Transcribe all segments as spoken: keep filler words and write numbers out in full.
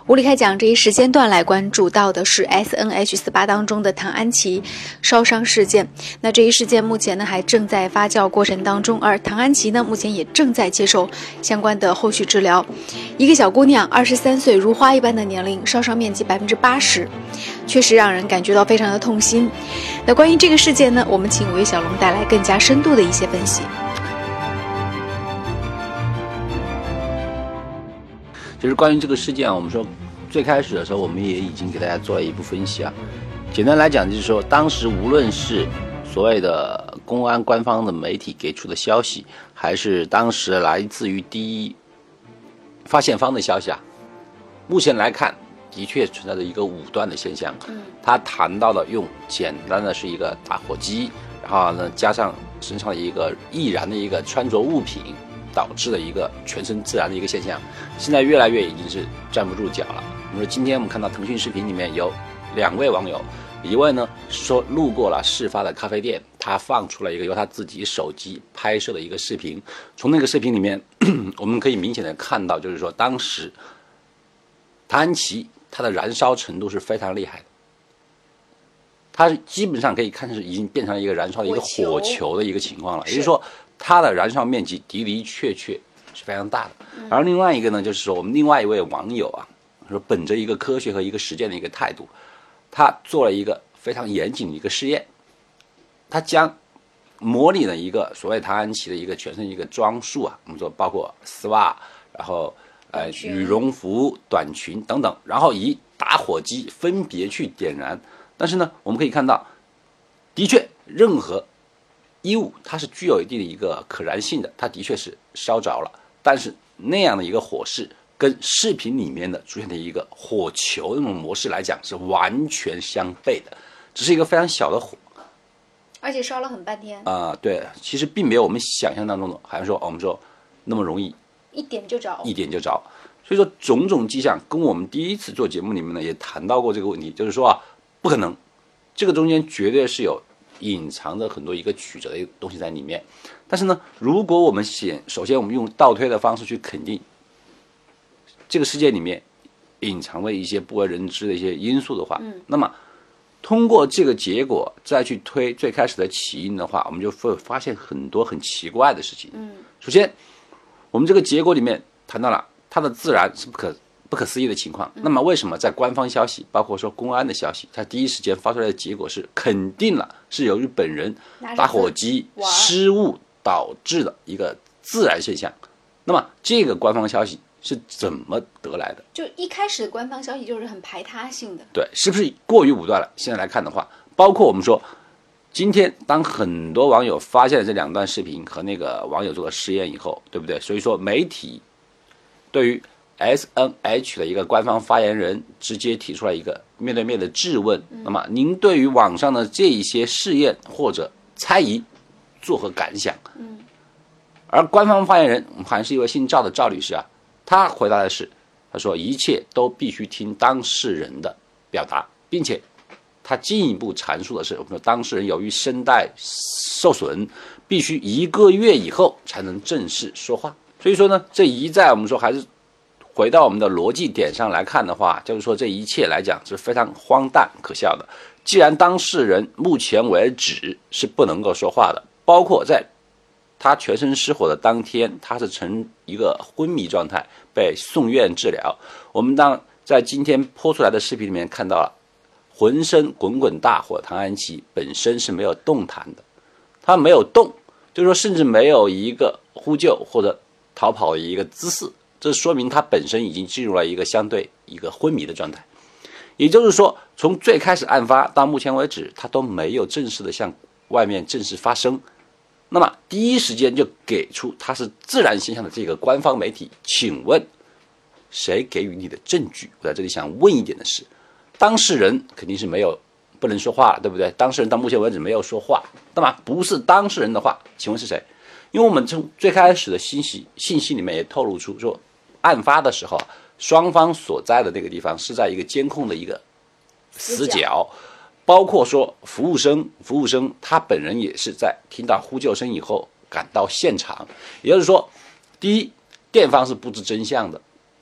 无理开讲这一时间段来关注到的是 S N H 四八 当中的唐安琪烧伤事件。那这一事件目前呢还正在发酵过程当中，而唐安琪呢目前也正在接受相关的后续治疗。一个小姑娘，二十三岁，如花一般的年龄，烧伤面积百分之八十，确实让人感觉到非常的痛心。那关于这个事件呢，我们请韦小龙带来更加深度的一些分析。 其实关于这个事件啊，我们说最开始的时候，我们也已经给大家做了一部分析啊。简单来讲，就是说当时无论是所谓的公安官方的媒体给出的消息，还是当时来自于第一发现方的消息啊，目前来看的确存在着一个武断的现象。他谈到了用简单的是一个打火机，然后呢加上身上的一个易燃的一个穿着物品，导致的一个全身自燃的一个现象，现在越来越已经是站不住脚了。我们说今天我们看到腾讯视频里面有两位网友，一位呢是说路过了事发的咖啡店，他放出了一个由他自己手机拍摄的一个视频。从那个视频里面我们可以明显的看到，就是说当时唐安琪他的燃烧程度是非常厉害的，他基本上可以看是已经变成了一个燃烧的一个火球的一个情况了，也就是说它的燃烧面积的的确确是非常大的。而另外一个呢，就是说我们另外一位网友啊，说本着一个科学和一个实践的一个态度，他做了一个非常严谨的一个试验，他将模拟了一个所谓唐安琪的一个全身一个装束啊，我们说包括丝袜，然后呃羽绒服、短裙等等，然后以打火机分别去点燃。但是呢，我们可以看到，的确任何衣物它是具有一定的一个可燃性的，它的确是烧着了，但是那样的一个火势跟视频里面的出现的一个火球那种模式来讲是完全相悖的，只是一个非常小的火， 而且烧了很半天啊、呃，对，其实并没有我们想象当中的，好像说我们说那么容易一点就着， 一点就着。所以说种种迹象，跟我们第一次做节目里面呢也谈到过这个问题，就是说啊，不可能，这个中间绝对是有隐藏着很多一个曲折的东西在里面。但是呢，如果我们先首先我们用倒推的方式去肯定这个世界里面隐藏的一些不为人知的一些因素的话，嗯、那么通过这个结果再去推最开始的起因的话，我们就会发现很多很奇怪的事情。嗯，首先我们这个结果里面谈到了它的自燃是不可不可思议的情况，那么为什么在官方消息包括说公安的消息，它第一时间发出来的结果是肯定了是由于本人打火机失误导致的一个自燃现象？那么这个官方消息是怎么得来的？ 就一开始的官方消息就是很排他性的， 对，是不是过于武断了？现在来看的话，包括我们说今天当很多网友发现了这两段视频和那个网友做了实验以后，对不对？所以说媒体对于 S N H 的一个官方发言人直接提出来一个面对面的质问，嗯、那么您对于网上的这一些试验或者猜疑作何感想？嗯，而官方发言人好像是一位姓赵的赵律师啊，他回答的是，他说一切都必须听当事人的表达，并且他进一步阐述的是，我们说当事人由于声带受损，必须一个月以后才能正式说话。所以说呢，这一再我们说还是回到我们的逻辑点上来看的话，就是说这一切来讲是非常荒诞可笑的。既然当事人目前为止是不能够说话的，包括在他全身失火的当天，他是呈一个昏迷状态被送院治疗。我们当在今天播出来的视频里面看到了浑身滚滚大火的唐安琪本身是没有动弹的，他没有动，就是说甚至没有一个呼救或者逃跑的一个姿势，这说明他本身已经进入了一个相对一个昏迷的状态。也就是说，从最开始案发到目前为止，他都没有正式的向外面正式发声。那么第一时间就给出它是自然现象的这个官方媒体，请问谁给予你的证据？我在这里想问一点的是，当事人肯定是没有不能说话了，对不对？当事人到目前为止没有说话，那么不是当事人的话，请问是谁？因为我们从最开始的信息信息里面也透露出说，案发的时候双方所在的那个地方是在一个监控的一个死角，包括说服务生服务生他本人也是在听到呼救声以后赶到现场。也就是说，第一，店方是不知真相的，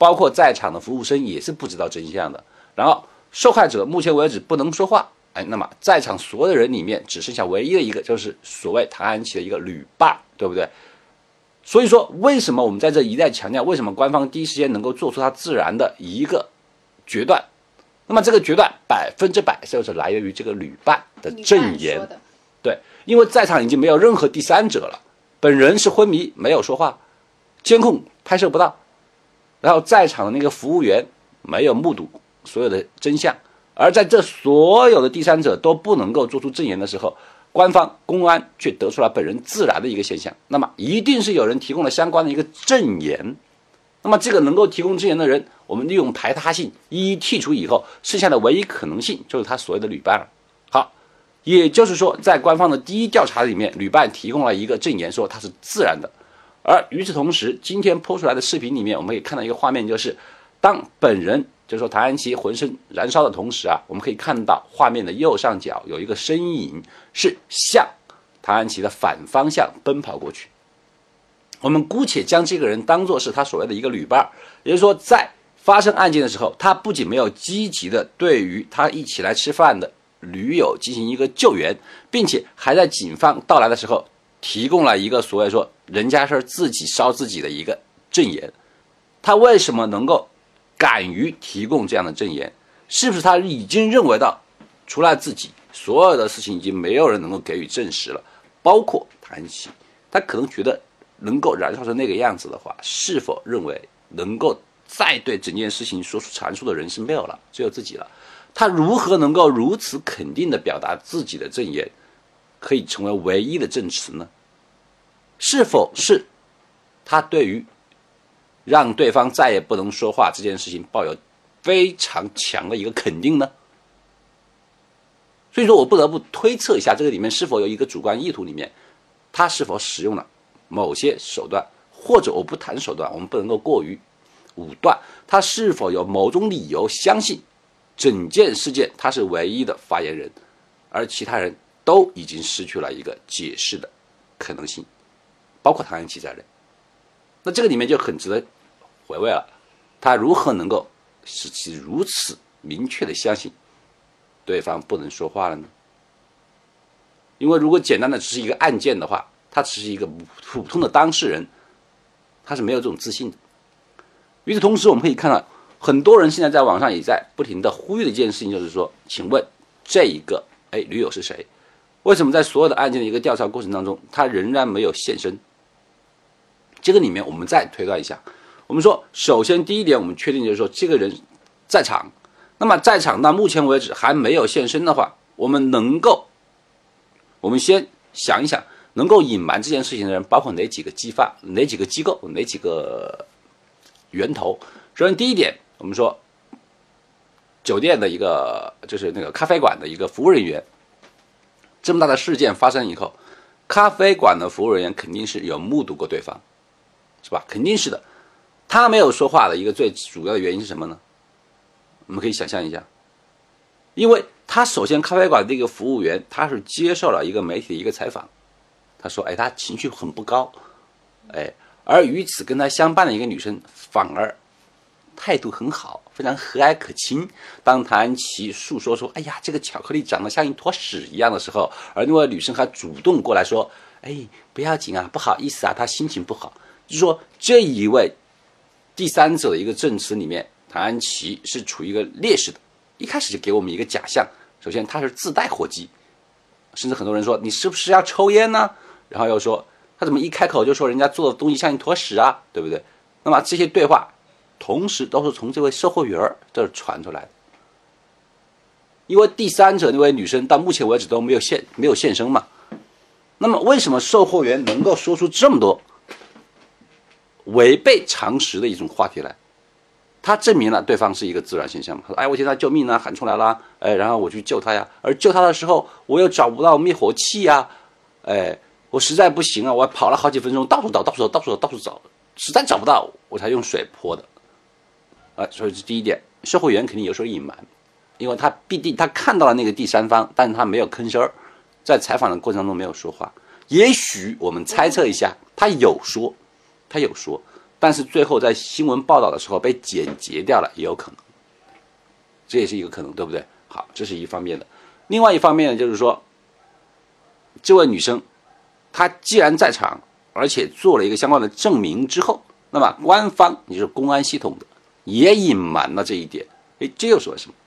包括在场的服务生也是不知道真相的。然后受害者目前为止不能说话，哎，那么在场所有的人里面只剩下唯一的一个就是所谓唐安琪的一个旅伴，对不对？所以说为什么我们在这一再强调，为什么官方第一时间能够做出它自然的一个决断？那么这个决断百分之百就是来源于这个旅伴的证言。对，因为在场已经没有任何第三者了，本人是昏迷没有说话，监控拍摄不到，然后在场的那个服务员没有目睹所有的真相，而在这所有的第三者都不能够做出证言的时候，官方公安却得出了本人自然的一个现象，那么一定是有人提供了相关的一个证言。那么这个能够提供证言的人，我们利用排他性一一剔除以后，剩下的唯一可能性就是他所谓的旅伴了。好，也就是说在官方的第一调查里面，旅伴提供了一个证言说它是自然的。而与此同时，今天播出来的视频里面，我们可以看到一个画面，就是当本人就是说唐安琪浑身燃烧的同时啊，我们可以看到画面的右上角有一个身影是向唐安琪的反方向奔跑过去。我们姑且将这个人当作是他所谓的一个旅伴，也就是说在发生案件的时候，他不仅没有积极的对于他一起来吃饭的驴友进行一个救援，并且还在警方到来的时候提供了一个所谓说人家是自己烧自己的一个证言。他为什么能够敢于提供这样的证言？是不是他已经认为到除了自己所有的事情已经没有人能够给予证实了，包括唐安琪，他可能觉得能够燃烧成那个样子的话，是否认为能够再对整件事情说出阐述的人是没有了，只有自己了？他如何能够如此肯定地表达自己的证言，可以成为唯一的证词呢？是否是他对于让对方再也不能说话这件事情抱有非常强的一个肯定呢？所以说我不得不推测一下，这个里面是否有一个主观意图，里面他是否使用了某些手段，或者我不谈手段，我们不能够过于武断，他是否有某种理由相信整件事件他是唯一的发言人，而其他人都已经失去了一个解释的可能性，包括唐安琪在内。那这个里面就很值得回味了，他如何能够使其如此明确的相信对方不能说话了呢？因为如果简单的只是一个案件的话，他只是一个普通的当事人，他是没有这种自信的。与此同时，我们可以看到很多人现在在网上也在不停的呼吁的一件事情，就是说，请问这一个哎驴友是谁？为什么在所有的案件的一个调查过程当中，他仍然没有现身？这个里面我们再推断一下，我们说首先第一点，我们确定就是说这个人在场，那么在场到目前为止还没有现身的话，我们能够我们先想一想，能够隐瞒这件事情的人包括哪几个机发哪几个机构哪几个源头。首先第一点，我们说酒店的一个就是那个咖啡馆的一个服务人员，这么大的事件发生以后，咖啡馆的服务人员肯定是有目睹过对方，是吧？肯定是的。他没有说话的一个最主要的原因是什么呢？我们可以想象一下，因为他首先咖啡馆的一个服务员，他是接受了一个媒体的一个采访，他说，哎，他情绪很不高，哎，而与此跟他相伴的一个女生反而态度很好，非常和蔼可亲。当唐安琪诉说说，哎呀，这个巧克力长得像一坨屎一样的时候，而那位女生还主动过来说，哎，不要紧啊，不好意思啊，她心情不好。就是说这一位第三者的一个证词里面，唐安琪是处于一个劣势的，一开始就给我们一个假象。首先他是自带火机，甚至很多人说你是不是要抽烟呢？然后又说他怎么一开口就说人家做的东西像一坨屎啊，对不对？那么这些对话同时都是从这位售货员这儿传出来的，因为第三者那位女生到目前为止都没有现没有现身嘛。那么为什么售货员能够说出这么多违背常识的一种话题来？他证明了对方是一个自然现象嘛。他说，哎，我现在救命啊，喊出来了，哎，然后我去救他呀，而救他的时候我又找不到灭火器呀，哎，我实在不行啊，我跑了好几分钟，到处找，到处找，到处找，到处找，实在找不到，我才用水泼的。啊，所以这第一点，售货员肯定有所隐瞒，因为他必定他看到了那个第三方，但是他没有吭声儿，在采访的过程当中没有说话。也许我们猜测一下，他有说，他有说， 但是最后在新闻报道的时候被剪辑掉了，也有可能，这也是一个可能，对不对？好，这是一方面的。另外一方面呢，就是说，这位女生她既然在场，而且做了一个相关的证明之后，那么官方也就是公安系统的也隐瞒了这一点。诶，这又是为什么？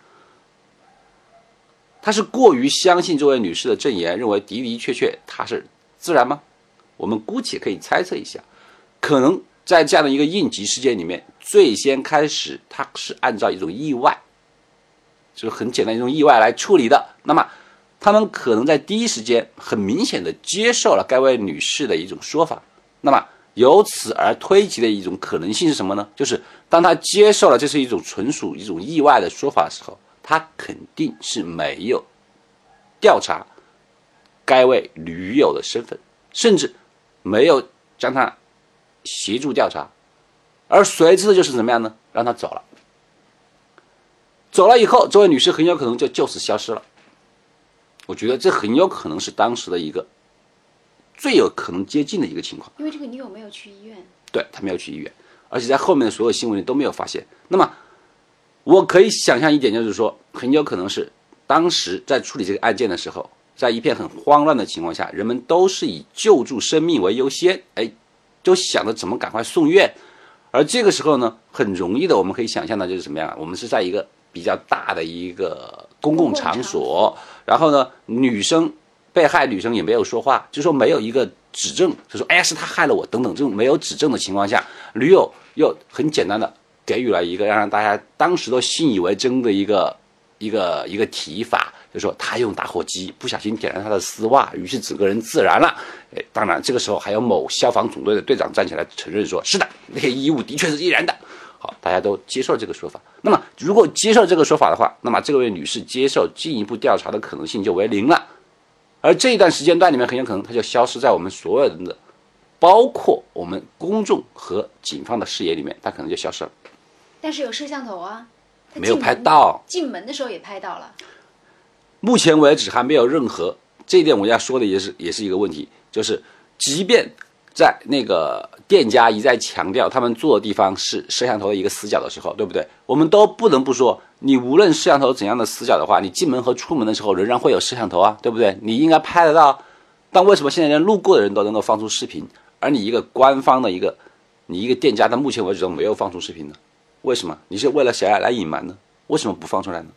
他是过于相信这位女士的证言，认为的的确确她是自然吗？我们姑且可以猜测一下，可能在这样的一个应急事件里面，最先开始它是按照一种意外，就是很简单一种意外来处理的。那么他们可能在第一时间很明显的接受了该位女士的一种说法，那么由此而推及的一种可能性是什么呢？就是当他接受了这是一种纯属一种意外的说法的时候，他肯定是没有调查该位女友的身份，甚至没有将他协助调查，而随之的就是怎么样呢？让他走了。走了以后，这位女士很有可能就就此消失了。我觉得这很有可能是当时的一个最有可能接近的一个情况， 因为这个女友没有去医院， 对，她没有去医院，而且在后面的所有新闻里都没有发现。那么我可以想象一点，就是说很有可能是当时在处理这个案件的时候，在一片很慌乱的情况下，人们都是以救助生命为优先，哎，就想着怎么赶快送院。而这个时候呢，很容易的我们可以想象的就是怎么样，我们是在一个比较大的一个公共场所，然后呢，女生被害女生也没有说话，就说没有一个指证，就说哎呀是他害了我等等，这种没有指证的情况下，女友又很简单的给予了一个让大家当时都信以为真的一个一个一个提法，就说他用打火机不小心点燃他的丝袜，于是整个人自燃了。哎，当然这个时候还有某消防总队的队长站起来承认说，是的，那些衣物的确是易燃的。好，大家都接受这个说法。那么如果接受这个说法的话，那么这位女士接受进一步调查的可能性就为零了。而这一段时间段里面，很有可能她就消失在我们所有人的，包括我们公众和警方的视野里面，她可能就消失了。 但是有摄像头啊， 没有拍到， 进门的时候也拍到了。 目前为止还没有任何，这一点我要说的也是也是一个问题，就是即便在那个店家一再强调他们坐的地方是摄像头的一个死角的时候，对不对？我们都不能不说，你无论摄像头怎样的死角的话，你进门和出门的时候仍然会有摄像头啊，对不对？你应该拍得到。但为什么现在连路过的人都能够放出视频，而你一个官方的一个你一个店家到目前为止都没有放出视频呢？为什么？你是为了谁来隐瞒呢？为什么不放出来呢？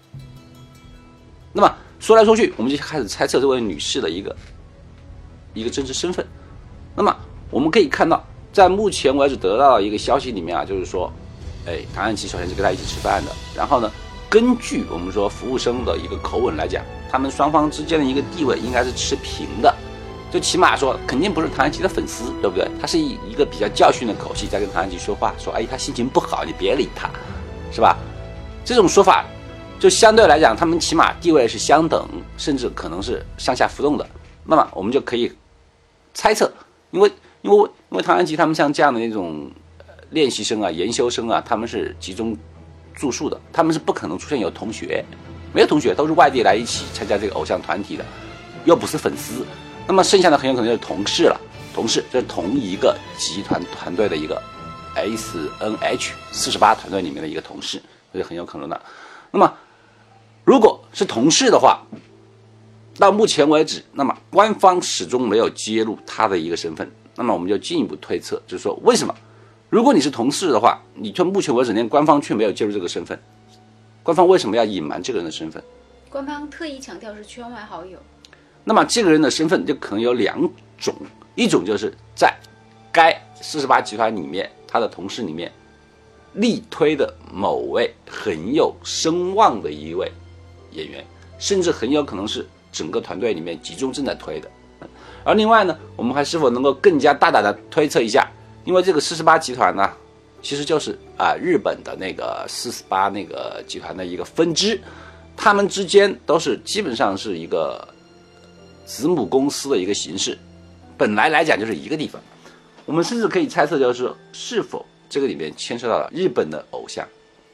那么说来说去，我们就开始猜测这位女士的一个一个真实身份。那么我们可以看到，在目前为止得到的一个消息里面啊，就是说，哎，唐安琪首先是跟他一起吃饭的，然后呢，根据我们说服务生的一个口吻来讲，他们双方之间的一个地位应该是持平的，就起码说肯定不是唐安琪的粉丝，对不对？他是以一个比较教训的口气在跟唐安琪说话，说，哎，他心情不好，你别理他，是吧？这种说法就相对来讲，他们起码地位是相等，甚至可能是上下浮动的。那么我们就可以猜测，因为因为因为唐安琪他们像这样的那种练习生啊、研修生啊，他们是集中住宿的，他们是不可能出现有同学，没有同学，都是外地来一起参加这个偶像团体的，又不是粉丝。那么剩下的很有可能就是同事了，同事这是同一个集团团队的一个 S N H 四十八团队里面的一个同事，这是很有可能的。那么如果是同事的话，到目前为止，那么官方始终没有揭露他的一个身份，那么我们就进一步推测，就是说为什么如果你是同事的话，你到目前为止连官方却没有揭露这个身份，官方为什么要隐瞒这个人的身份？ 官方特意强调是圈外好友。 那么这个人的身份就可能有两种，一种就是在该四十八集团里面，他的同事里面力推的某位很有声望的一位演员，甚至很有可能是整个团队里面集中正在推的。而另外呢，我们还是否能够更加大胆的推测一下，因为这个四十八集团呢，其实就是啊日本的那个四十八那个集团的一个分支，他们之间都是基本上是一个子母公司的一个形式，本来来讲就是一个地方。我们甚至可以猜测，就是是否这个里面牵涉到了日本的偶像。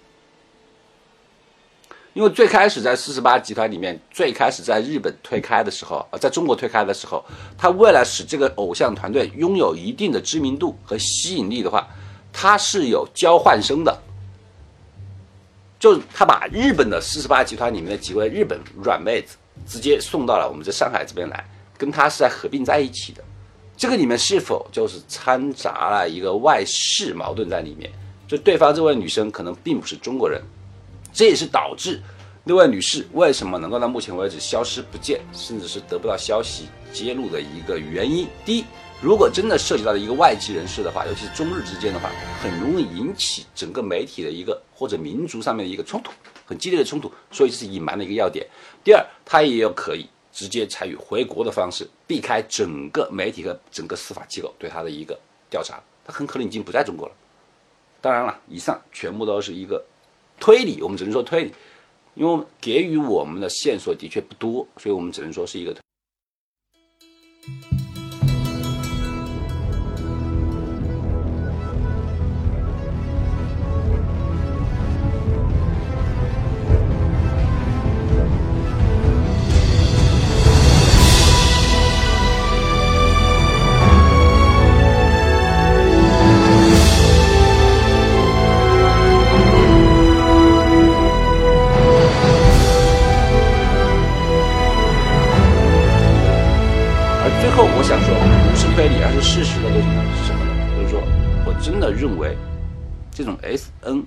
因为最开始在四十八集团里面，最开始在日本推开的时候，在中国推开的时候，他为了使这个偶像团队拥有一定的知名度和吸引力的话， 它是有交换生的，就是他把日本的四十八集团里面的几位日本软妹子直接送到了我们这上海这边来，跟他是在合并在一起的。这个里面是否就是掺杂了一个外事矛盾在里面？就对方这位女生可能并不是中国人，这也是导致那位女士为什么能够到目前为止消失不见，甚至是得不到消息揭露的一个原因。第一，如果真的涉及到了一个外籍人士的话，尤其是中日之间的话，很容易引起整个媒体的一个或者民族上面的一个冲突，很激烈的冲突，所以这是隐瞒的一个要点。第二，他也有可以直接采取回国的方式，避开整个媒体和整个司法机构对他的一个调查，他很可能已经不在中国了。当然了，以上全部都是一个推理，我们只能说推理，因为给予我们的线索的确不多，所以我们只能说是一个推理。我想说，不是推理，而是事实的东西是什么呢？就是说我真的认为，这种 S N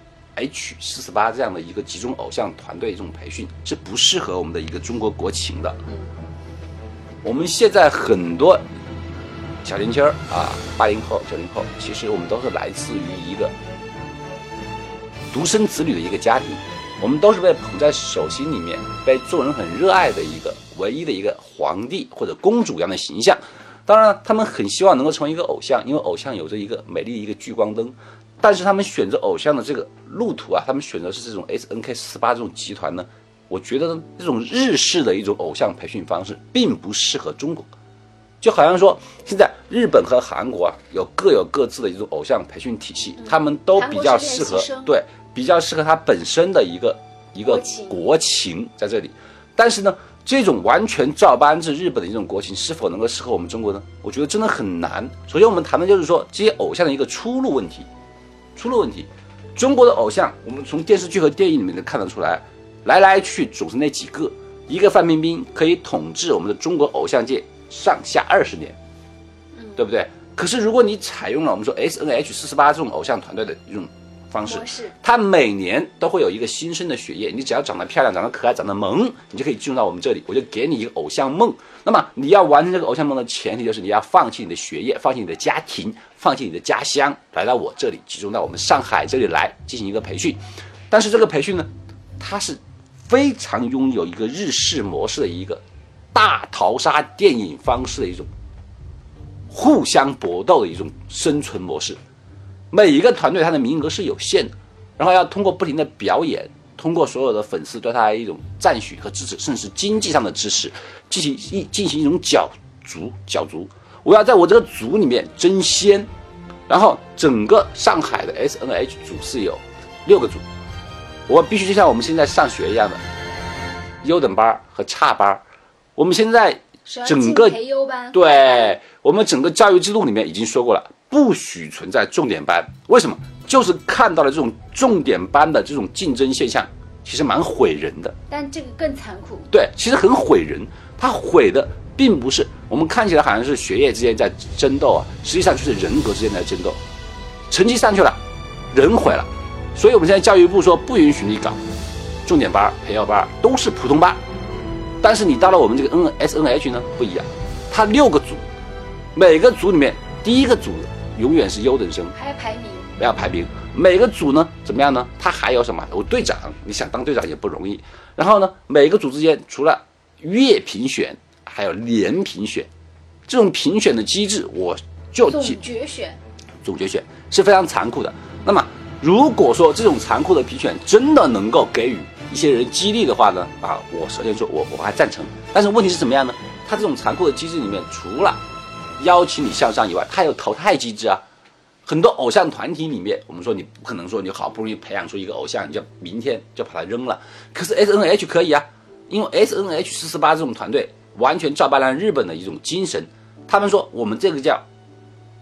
H 四十八这样的一个集中偶像团队这种培训是不适合我们的一个中国国情的。我们现在很多小年轻儿啊，八零后、九零后，其实我们都是来自于一个独生子女的一个家庭，我们都是被捧在手心里面，被众人很热爱的一个唯一的一个皇帝或者公主一样的形象。当然他们很希望能够成为一个偶像，因为偶像有着一个美丽的一个聚光灯，但是他们选择偶像的这个路途啊，他们选择是这种 S N K 四十八 这种集团呢，我觉得呢这种日式的一种偶像培训方式并不适合中国。就好像说现在日本和韩国啊有各有各自的一种偶像培训体系，嗯、他们都比较适合，对，比较适合它本身的一个一个国情在这里。但是呢，这种完全照搬至日本的一种国情是否能够适合我们中国呢？我觉得真的很难。首先我们谈的就是说这些偶像的一个出路问题，出路问题。中国的偶像，我们从电视剧和电影里面能看得出来，来来去总是那几个，一个范冰冰可以统治我们的中国偶像界上下二十年，对不对？可是如果你采用了我们说 S N H 四十八 这种偶像团队的一种方式，它每年都会有一个新生的血液，你只要长得漂亮、长得可爱、长得萌，你就可以进入到我们这里，我就给你一个偶像梦。那么你要完成这个偶像梦的前提就是你要放弃你的学业，放弃你的家庭，放弃你的家乡，来到我这里，集中到我们上海这里来进行一个培训。但是这个培训呢，它是非常拥有一个日式模式的一个大逃杀电影方式的一种互相搏斗的一种生存模式。每一个团队它的名额是有限的，然后要通过不停的表演，通过所有的粉丝对他的一种赞许和支持，甚至经济上的支持，进行一进行一种角逐角逐。我要在我这个组里面争先，然后整个上海的 S N H 组是有六个组，我必须就像我们现在上学一样的优等班和差班。我们现在整个对我们整个教育制度里面已经说过了，不许存在重点班。为什么？就是看到了这种重点班的这种竞争现象，其实蛮毁人的。 但这个更残酷。 对，其实很毁人。它毁的并不是我们看起来好像是学业之间在争斗啊，实际上就是人格之间在争斗。成绩上去了，人毁了。所以我们现在教育部说不允许你搞重点班、培养班，都是普通班。但是你到了我们这个 N S N H 呢不一样，它六个组，每个组里面第一个组永远是优等生， 还要排名， 不要排名。每个组呢怎么样呢？它还有什么？有队长，你想当队长也不容易。然后呢，每个组之间除了月评选，还有年评选，这种评选的机制，我就总决选， 总决选是非常残酷的。那么如果说这种残酷的评选真的能够给予一些人激励的话呢，啊，我首先说我我还赞成。但是问题是怎么样呢？它这种残酷的机制里面，除了邀请你向上以外，它有淘汰机制啊。很多偶像团体里面，我们说你不可能说你好不容易培养出一个偶像，你就明天就把它扔了。可是 S N H 可以啊，因为 S N H 四十八 这种团队完全照搬了日本的一种精神。他们说我们这个叫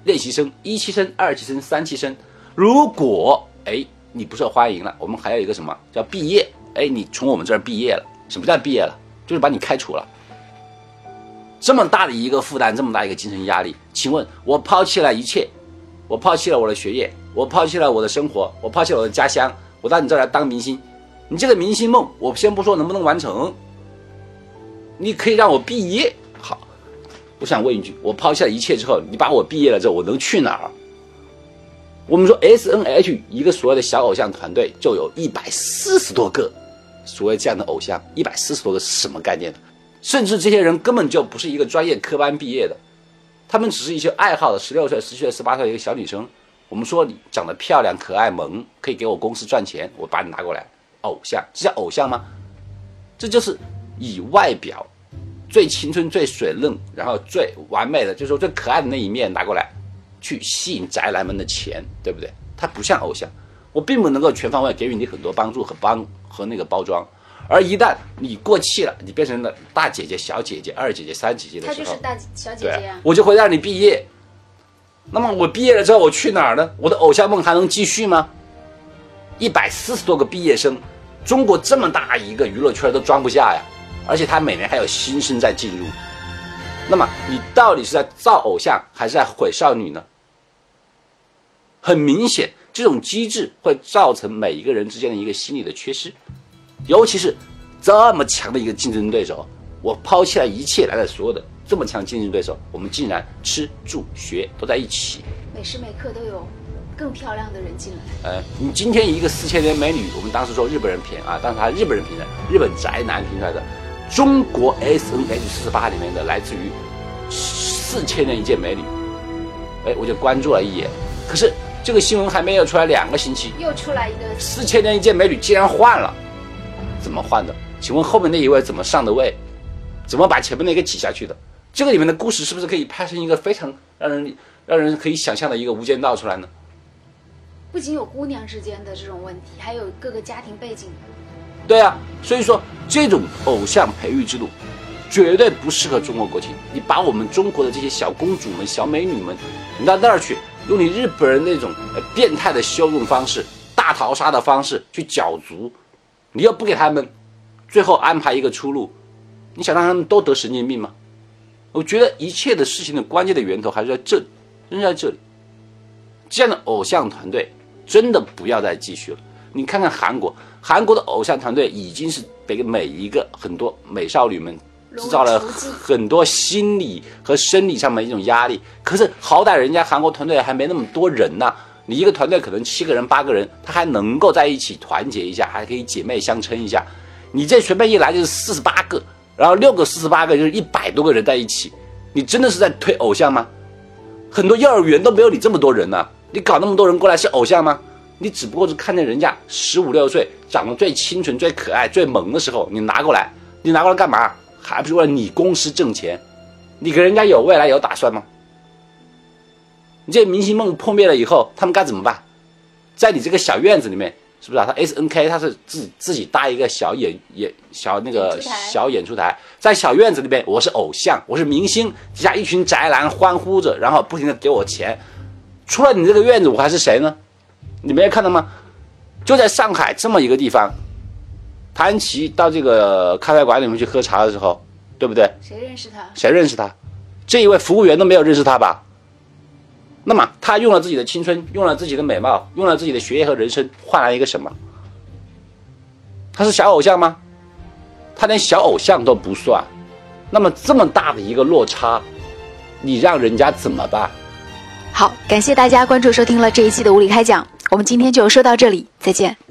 练习生、一期生、二期生、三期生。如果哎你不受欢迎了，我们还有一个什么叫毕业？哎，你从我们这儿毕业了。什么叫毕业了？就是把你开除了。这么大的一个负担，这么大一个精神压力，请问我抛弃了一切，我抛弃了我的学业，我抛弃了我的生活，我抛弃了我的家乡，我到你这儿来当明星。你这个明星梦，我先不说能不能完成，你可以让我毕业。好，我想问一句，我抛弃了一切之后，你把我毕业了之后，我能去哪儿？我们说 S N H 一个所谓的小偶像团队就有一百四十多个所谓这样的偶像，一百四十多个是什么概念呢？甚至这些人根本就不是一个专业科班毕业的，他们只是一些爱好的十六岁、十七岁、十八岁的一个小女生。我们说你长得漂亮、可爱、萌，可以给我公司赚钱，我把你拿过来，偶像，这叫偶像吗？这就是以外表最青春、最水嫩，然后最完美的，就是说最可爱的那一面拿过来，去吸引宅男们的钱，对不对？它不像偶像，我并不能够全方位给予你很多帮助和帮和那个包装。而一旦你过气了，你变成了大姐姐、小姐姐、二姐姐、三姐姐的时候， 她就是大小姐姐啊， 我就会让你毕业。那么我毕业了之后，我去哪儿呢？我的偶像梦还能继续吗？一百四十多个毕业生，中国这么大一个娱乐圈都装不下呀！而且他每年还有新生在进入。那么你到底是在造偶像，还是在毁少女呢？很明显，这种机制会造成每一个人之间的一个心理的缺失。尤其是这么强的一个竞争对手，我抛弃了一切来的所有的这么强竞争对手，我们竟然吃住学都在一起， 每时每刻都有更漂亮的人进来。 呃，你今天一个四千年美女，我们当时说日本人评啊，当时他日本人评的，日本宅男评出来的，中国 S N H 四十八里面的来自于四千年一见美女，哎，我就关注了一眼，可是这个新闻还没有出来两个星期， 又出来一个四千年一见美女竟然换了。怎么换的？请问后面那一位怎么上的位？怎么把前面那个挤下去的？这个里面的故事是不是可以拍成一个非常让人让人可以想象的一个无间道出来呢？ 不仅有姑娘之间的这种问题，还有各个家庭背景。 对啊，所以说这种偶像培育制度绝对不适合中国国情。你把我们中国的这些小公主们、小美女们，你到那儿去，用你日本人那种呃变态的羞辱方式、大逃杀的方式去角逐。你又不给他们最后安排一个出路，你想让他们都得神经病吗？我觉得一切的事情的关键的源头还是在这里，真在这里。这样的偶像团队真的不要再继续了。你看看韩国，韩国的偶像团队已经是给每一个很多美少女们制造了很多心理和生理上面的一种压力。可是好歹人家韩国团队还没那么多人呢、啊。你一个团队可能七个人八个人，他还能够在一起团结一下，还可以姐妹相称一下。你这随便一来就是四十八个，然后六个四十八个就是一百多个人在一起，你真的是在推偶像吗？很多幼儿园都没有你这么多人呢、啊，你搞那么多人过来是偶像吗？你只不过是看见人家十五六岁长得最清纯、最可爱、最萌的时候，你拿过来，你拿过来干嘛？还不是为了你公司挣钱？你给人家有未来有打算吗？你这明星梦破灭了以后，他们该怎么办？在你这个小院子里面，是不是啊？他 S N K 他是自己自己搭一个小演演小那个小演出台，在小院子里面，我是偶像，我是明星，底下一群宅男欢呼着，然后不停的给我钱。除了你这个院子，我还是谁呢？你没有看到吗？就在上海这么一个地方，谭安琪到这个咖啡馆里面去喝茶的时候，对不对？ 谁认识他？ 谁认识他？这一位服务员都没有认识他吧？那么他用了自己的青春，用了自己的美貌，用了自己的学业和人生，换来一个什么？他是小偶像吗？他连小偶像都不算。那么这么大的一个落差，你让人家怎么办？ 好，感谢大家关注收听了这一期的无理开讲，我们今天就说到这里，再见。